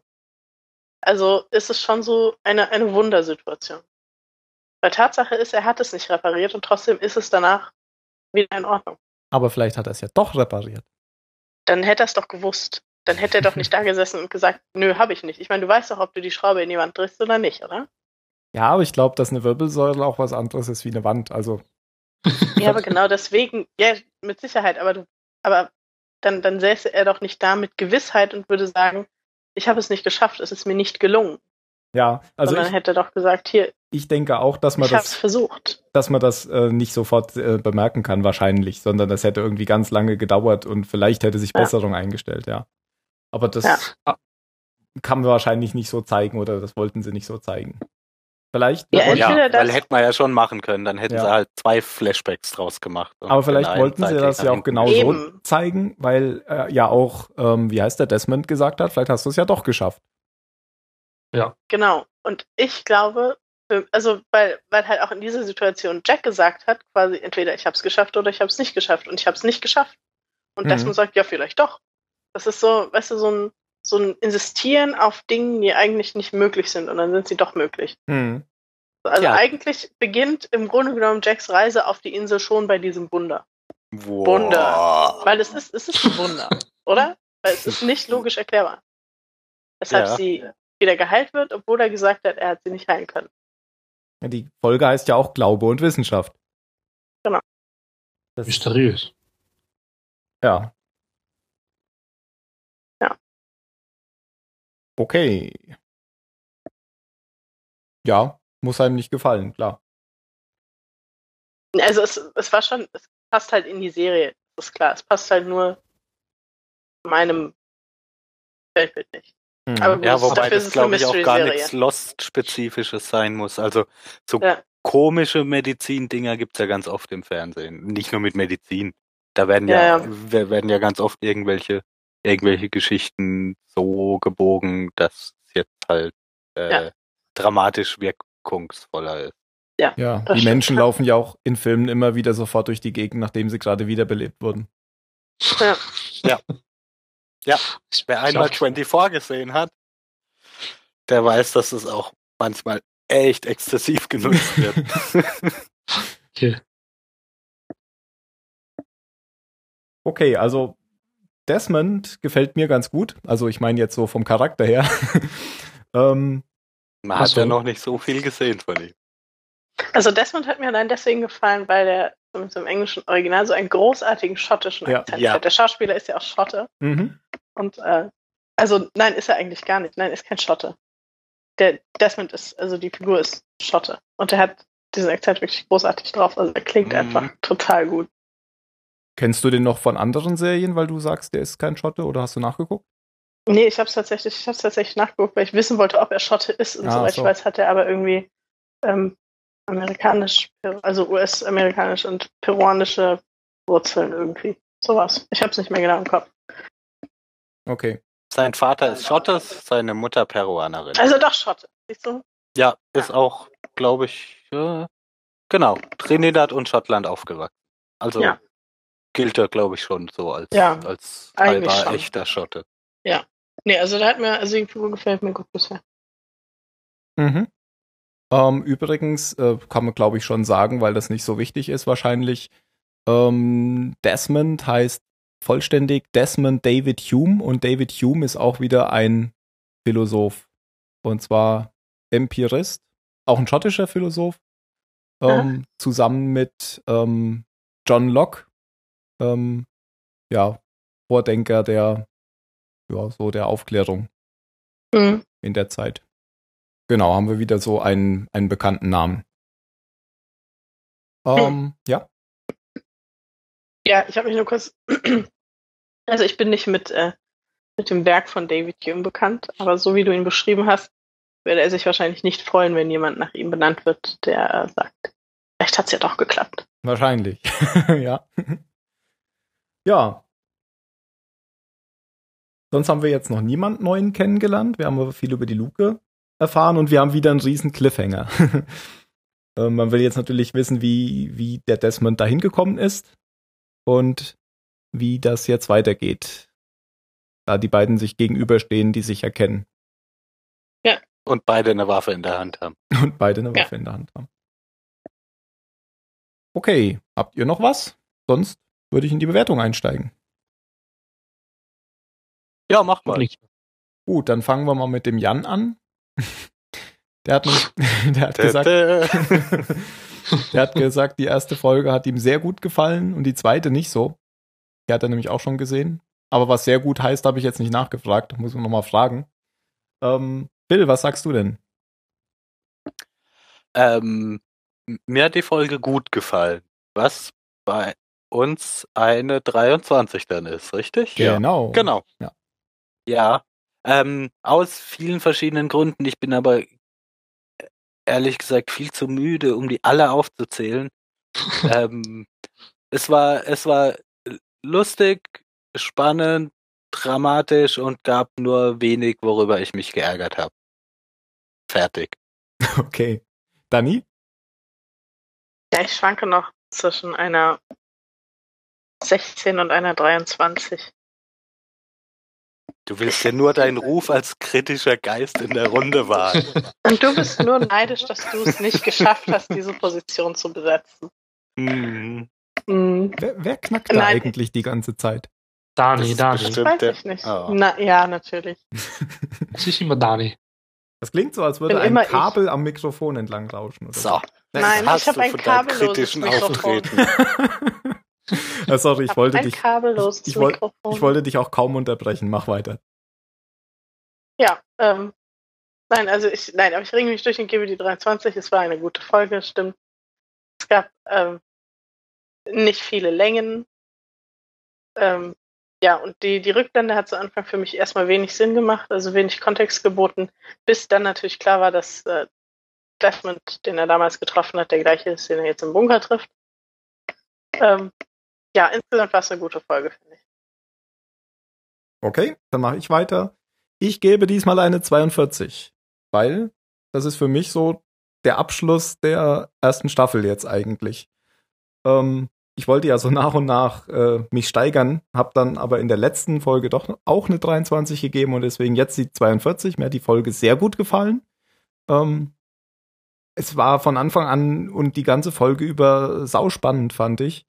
Also ist es schon so eine Wundersituation. Weil Tatsache ist, er hat es nicht repariert und trotzdem ist es danach wieder in Ordnung. Aber vielleicht hat er es ja doch repariert. Dann hätte er es doch gewusst. Dann hätte er doch nicht da gesessen und gesagt, nö, habe ich nicht. Ich meine, du weißt doch, ob du die Schraube in die Wand drehst oder nicht, oder? Ja, aber ich glaube, dass eine Wirbelsäule auch was anderes ist wie eine Wand. Also. Ja, aber genau deswegen, ja, mit Sicherheit, aber dann säße er doch nicht da mit Gewissheit und würde sagen, ich habe es nicht geschafft, es ist mir nicht gelungen. Ja, also sondern hätte er doch gesagt, hier, ich denke auch, dass man hab's versucht. Dass man das nicht sofort bemerken kann wahrscheinlich, sondern das hätte irgendwie ganz lange gedauert und vielleicht hätte sich Besserung eingestellt, ja. Aber das kann man wahrscheinlich nicht so zeigen oder das wollten sie nicht so zeigen. Vielleicht. Weil hätte man ja schon machen können, dann hätten sie halt 2 Flashbacks draus gemacht. Aber vielleicht wollten sie das ja auch genau so zeigen, weil ja auch, wie heißt der, Desmond gesagt hat, vielleicht hast du es ja doch geschafft. Ja. Genau. Und ich glaube, also weil halt auch in dieser Situation Jack gesagt hat, quasi entweder ich habe es geschafft oder ich habe es nicht geschafft und ich habe es nicht geschafft. Und Desmond sagt, ja, vielleicht doch. Das ist so, weißt du, so ein Insistieren auf Dingen, die eigentlich nicht möglich sind und dann sind sie doch möglich. Mhm. Also Ja. eigentlich beginnt im Grunde genommen Jacks Reise auf die Insel schon bei diesem Wunder. Wunder. Weil es ist ein Wunder, oder? Weil es ist nicht logisch erklärbar. Weshalb Ja. sie wieder geheilt wird, obwohl er gesagt hat, er hat sie nicht heilen können. Ja, die Folge heißt ja auch Glaube und Wissenschaft. Genau. Das, Mysteriös. ja. Ja. Okay. Ja, muss einem nicht gefallen, klar. Also es war schon, es passt halt in die Serie, das ist klar. Es passt halt nur meinem Weltbild nicht. Aber gut, Ja, wobei dafür ist das, es eine glaube ich, auch gar Mystery-Serie. nichts Lost-Spezifisches sein muss. Also so Ja. komische Medizin-Dinger gibt's ja ganz oft im Fernsehen. Nicht nur mit Medizin. Da werden werden ja ganz oft irgendwelche Geschichten so gebogen, dass es jetzt halt dramatisch wirkungsvoller ist. Ja, Das die stimmt. Menschen laufen ja auch in Filmen immer wieder sofort durch die Gegend, nachdem sie gerade wiederbelebt wurden. Ja, wer einmal 24 gesehen hat, der weiß, dass es auch manchmal echt exzessiv genutzt wird. Okay. Okay, also Desmond gefällt mir ganz gut. Also ich meine jetzt so vom Charakter her. Man hat so. ja noch nicht so viel gesehen von ihm. Also Desmond hat mir allein deswegen gefallen, weil der zumindest im englischen Original so einen großartigen schottischen Ja. Akzent Ja. hat. Der Schauspieler ist ja auch Schotte. Mhm. Und also nein, ist er eigentlich gar nicht. Nein, ist kein Schotte. Der Desmond ist, also die Figur ist Schotte. Und er hat diesen Akzent wirklich großartig drauf. Also er klingt einfach total gut. Kennst du den noch von anderen Serien, weil du sagst, der ist kein Schotte, oder hast du nachgeguckt? Nee, ich hab's tatsächlich nachgeguckt, weil ich wissen wollte, ob er Schotte ist. Und soweit so. ich weiß, hat er aber irgendwie amerikanisch, also US-amerikanisch und peruanische Wurzeln irgendwie. Sowas. Ich hab's nicht mehr genau im Kopf. Okay. Sein Vater ist Schottes, seine Mutter Peruanerin. Also doch Schotte, siehst du? Ja, ist auch, glaube ich, genau, Trinidad und Schottland aufgewachsen. Also Ja. gilt er, glaube ich, schon so als eigentlich halber schon. echter Schotte. Nee, also die Figur gefällt mir gut bisher. Mhm. Übrigens kann man, glaube ich, schon sagen, weil das nicht so wichtig ist wahrscheinlich, Desmond heißt vollständig Desmond David Hume, und David Hume ist auch wieder ein Philosoph. Und zwar Empirist, auch ein schottischer Philosoph, zusammen mit John Locke, Vordenker der Aufklärung Mhm. in der Zeit. Genau, haben wir wieder so einen bekannten Namen. Ja. Ja, ich habe mich nur kurz. Also ich bin nicht mit dem Werk von David Hume bekannt, aber so wie du ihn beschrieben hast, würde er sich wahrscheinlich nicht freuen, wenn jemand nach ihm benannt wird, der sagt, vielleicht hat's ja doch geklappt. Wahrscheinlich. Ja. Ja. Sonst haben wir jetzt noch niemand Neuen kennengelernt. Wir haben aber viel über die Luke erfahren und wir haben wieder einen riesen Cliffhanger. Man will jetzt natürlich wissen, wie der Desmond dahin gekommen ist und wie das jetzt weitergeht. Da die beiden sich gegenüberstehen, die sich erkennen. Und beide eine Waffe in der Hand haben. Und beide eine Waffe in der Hand haben. Okay, habt ihr noch was? Sonst würde ich in die Bewertung einsteigen. Ja, mach mal. Nicht. Gut, dann fangen wir mal mit dem Jan an. Der hat gesagt, der hat gesagt, die erste Folge hat ihm sehr gut gefallen und die zweite nicht so. Die hat er nämlich auch schon gesehen. Aber was sehr gut heißt, habe ich jetzt nicht nachgefragt. Muss man nochmal fragen. Bill, was sagst du denn? Mir hat die Folge gut gefallen. Was bei uns eine 23 dann ist, richtig? Genau. Genau. Ja. Ja. Aus vielen verschiedenen Gründen. Ich bin aber ehrlich gesagt viel zu müde, um die alle aufzuzählen. Es war lustig, spannend, dramatisch und gab nur wenig, worüber ich mich geärgert habe. Fertig. Okay. Dani? Ja, ich schwanke noch zwischen einer 16 und einer 23. Du willst ja nur deinen Ruf als kritischer Geist in der Runde wahren. Und du bist nur neidisch, dass du es nicht geschafft hast, diese Position zu besetzen. Mhm. Wer knackt da Nein. eigentlich die ganze Zeit? Dani. bestimmt Weiß ich nicht. Oh. Ja, natürlich. Es ist immer Dani. Das klingt so, als würde Bin ein immer Kabel am Mikrofon entlang rauschen. Oder So. Nein, Das ich habe hast ein du von deinem kabelloses kritischen Mikrofon. Auftreten. Sorry, ich wollte Ein dich. kabelloses Ich Mikrofon. wollte dich auch kaum unterbrechen. Mach weiter. Ja, nein, aber ich ringe mich durch und gebe die 23. Es war eine gute Folge, stimmt. Es gab nicht viele Längen. Ja, und die Rückblende hat zu Anfang für mich erstmal wenig Sinn gemacht, also wenig Kontext geboten, bis dann natürlich klar war, dass Desmond, den er damals getroffen hat, der gleiche ist, den er jetzt im Bunker trifft. Ja, insgesamt war es eine gute Folge, finde ich. Okay, dann mache ich weiter. Ich gebe diesmal eine 42, weil das ist für mich so der Abschluss der ersten Staffel jetzt eigentlich. Ich wollte ja so nach und nach mich steigern, habe dann aber in der letzten Folge doch auch eine 23 gegeben und deswegen jetzt die 42. Mir hat die Folge sehr gut gefallen. Es war von Anfang an und die ganze Folge über sauspannend, fand ich.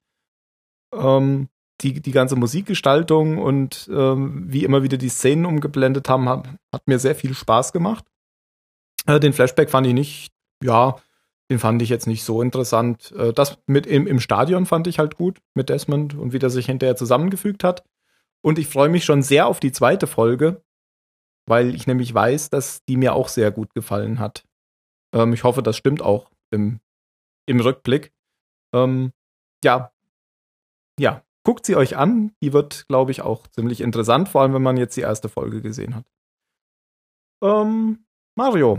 Die ganze Musikgestaltung und wie immer wieder die Szenen umgeblendet haben, hat mir sehr viel Spaß gemacht. Den Flashback fand ich nicht, ja, den fand ich jetzt nicht so interessant. Das mit im Stadion fand ich halt gut mit Desmond und wie der sich hinterher zusammengefügt hat. Und ich freue mich schon sehr auf die zweite Folge, weil ich nämlich weiß, dass die mir auch sehr gut gefallen hat. Ich hoffe, das stimmt auch im Rückblick. Ja, guckt sie euch an. Die wird, glaube ich, auch ziemlich interessant, vor allem, wenn man jetzt die erste Folge gesehen hat. Mario.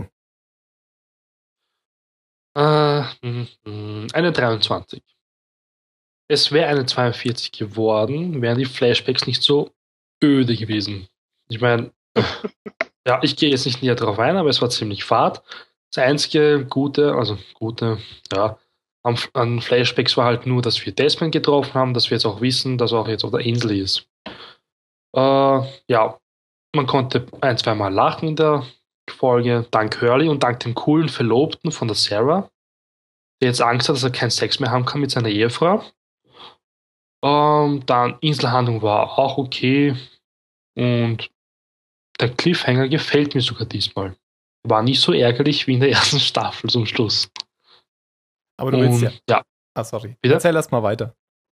Eine 23. Es wäre eine 42 geworden, wären die Flashbacks nicht so öde gewesen. Ich meine, ja, ich gehe jetzt nicht näher drauf ein, aber es war ziemlich fad. Das einzige Gute, ja, an Flashbacks war halt nur, dass wir Desmond getroffen haben, dass wir jetzt auch wissen, dass er auch jetzt auf der Insel ist. Ja, man konnte ein-, zweimal lachen in der Folge, dank Hurley und dank dem coolen Verlobten von der Sarah, der jetzt Angst hat, dass er keinen Sex mehr haben kann mit seiner Ehefrau. Dann Inselhandlung war auch okay und der Cliffhanger gefällt mir sogar diesmal. War nicht so ärgerlich wie in der ersten Staffel zum Schluss. Aber du willst ja. Ah, sorry. Bitte? Erzähl erst mal weiter.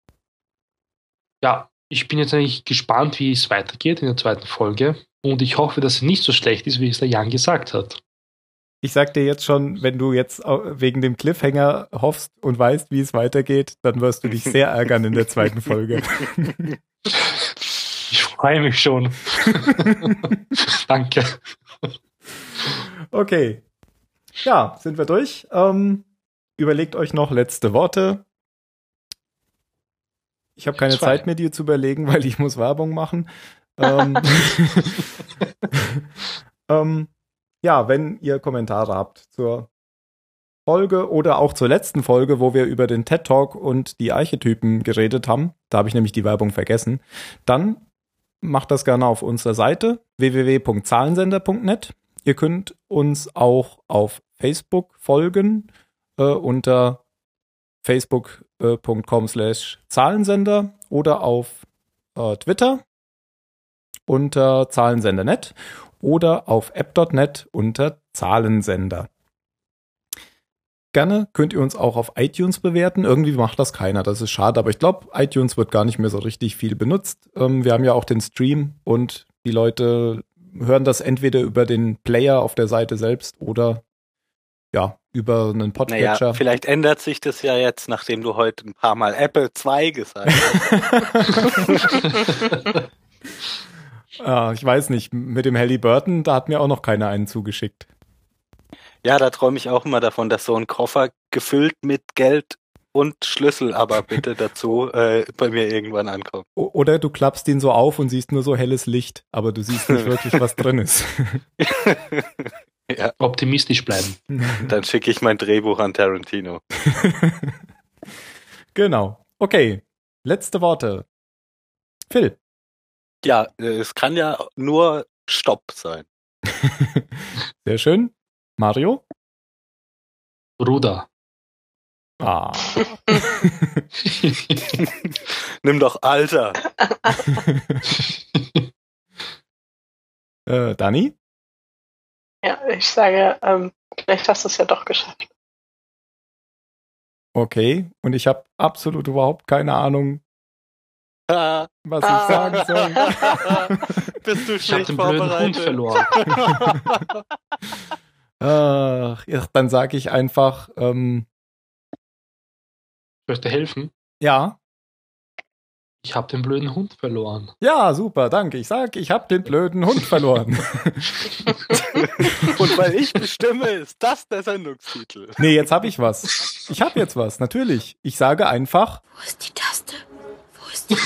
Ja, ich bin jetzt eigentlich gespannt, wie es weitergeht in der zweiten Folge. Und ich hoffe, dass sie nicht so schlecht ist, wie es der Jan gesagt hat. Ich sag dir jetzt schon, wenn du jetzt wegen dem Cliffhanger hoffst und weißt, wie es weitergeht, dann wirst du dich sehr ärgern in der zweiten Folge. Ich freue mich schon. Danke. Okay. Ja, sind wir durch. Überlegt euch noch letzte Worte. Ich habe keine Zeit mehr, dir zu überlegen, weil ich muss Werbung machen. Ja, wenn ihr Kommentare habt zur Folge oder auch zur letzten Folge, wo wir über den TED Talk und die Archetypen geredet haben, da habe ich nämlich die Werbung vergessen, dann macht das gerne auf unserer Seite www.zahlensender.net. Ihr könnt uns auch auf Facebook folgen unter facebook.com/Zahlensender oder auf Twitter unter Zahlensender.net oder auf app.net unter Zahlensender. Gerne könnt ihr uns auch auf iTunes bewerten. Irgendwie macht das keiner, das ist schade, aber ich glaube, iTunes wird gar nicht mehr so richtig viel benutzt. Wir haben ja auch den Stream und die Leute hören das entweder über den Player auf der Seite selbst oder ja, über einen Podcatcher. Naja, vielleicht ändert sich das ja jetzt, nachdem du heute ein paar Mal Apple 2 gesagt hast. Ich weiß nicht, mit dem Halliburton, da hat mir auch noch keiner einen zugeschickt. Ja, da träume ich auch immer davon, dass so ein Koffer gefüllt mit Geld und Schlüssel aber bitte dazu bei mir irgendwann ankommt. Oder du klappst ihn so auf und siehst nur so helles Licht, aber du siehst nicht wirklich, was drin ist. Ja. Optimistisch bleiben. Dann schicke ich mein Drehbuch an Tarantino. Genau. Okay. Letzte Worte. Phil. Ja, es kann ja nur Stopp sein. Sehr schön. Mario? Bruder. Ah. Nimm doch Alter. Dani? Ja, ich sage, vielleicht hast du es ja doch geschafft. Okay. Und ich habe absolut überhaupt keine Ahnung, was ich sagen soll. Bist du Ich habe schlecht den blöden Hund vorbereitet? verloren. Ach, ja, dann sage ich einfach, Ich möchte helfen. ja. Ich habe den blöden Hund verloren. Ja, super, danke. Ich sage, ich habe den blöden Hund verloren. Und weil ich bestimme, ist das der Sendungstitel. Nee, jetzt habe ich was. Ich habe jetzt was, natürlich. Ich sage einfach, Wo ist die Taste? Wo ist die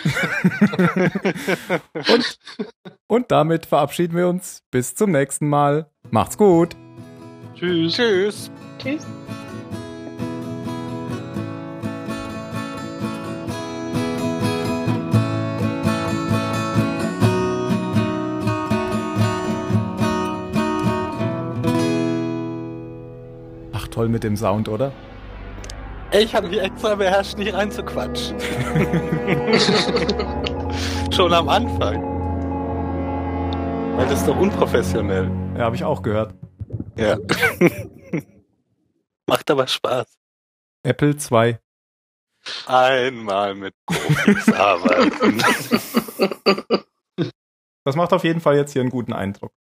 Taste? und damit verabschieden wir uns. Bis zum nächsten Mal. Macht's gut. Tschüss. Tschüss. Tschüss. Ach, toll mit dem Sound, oder? Ich habe mich extra beherrscht, nicht reinzuquatschen. Schon am Anfang. Weil das ist doch unprofessionell. Ja, habe ich auch gehört. Ja. Macht aber Spaß. Apple 2. Einmal mit Profis arbeiten. Das macht auf jeden Fall jetzt hier einen guten Eindruck.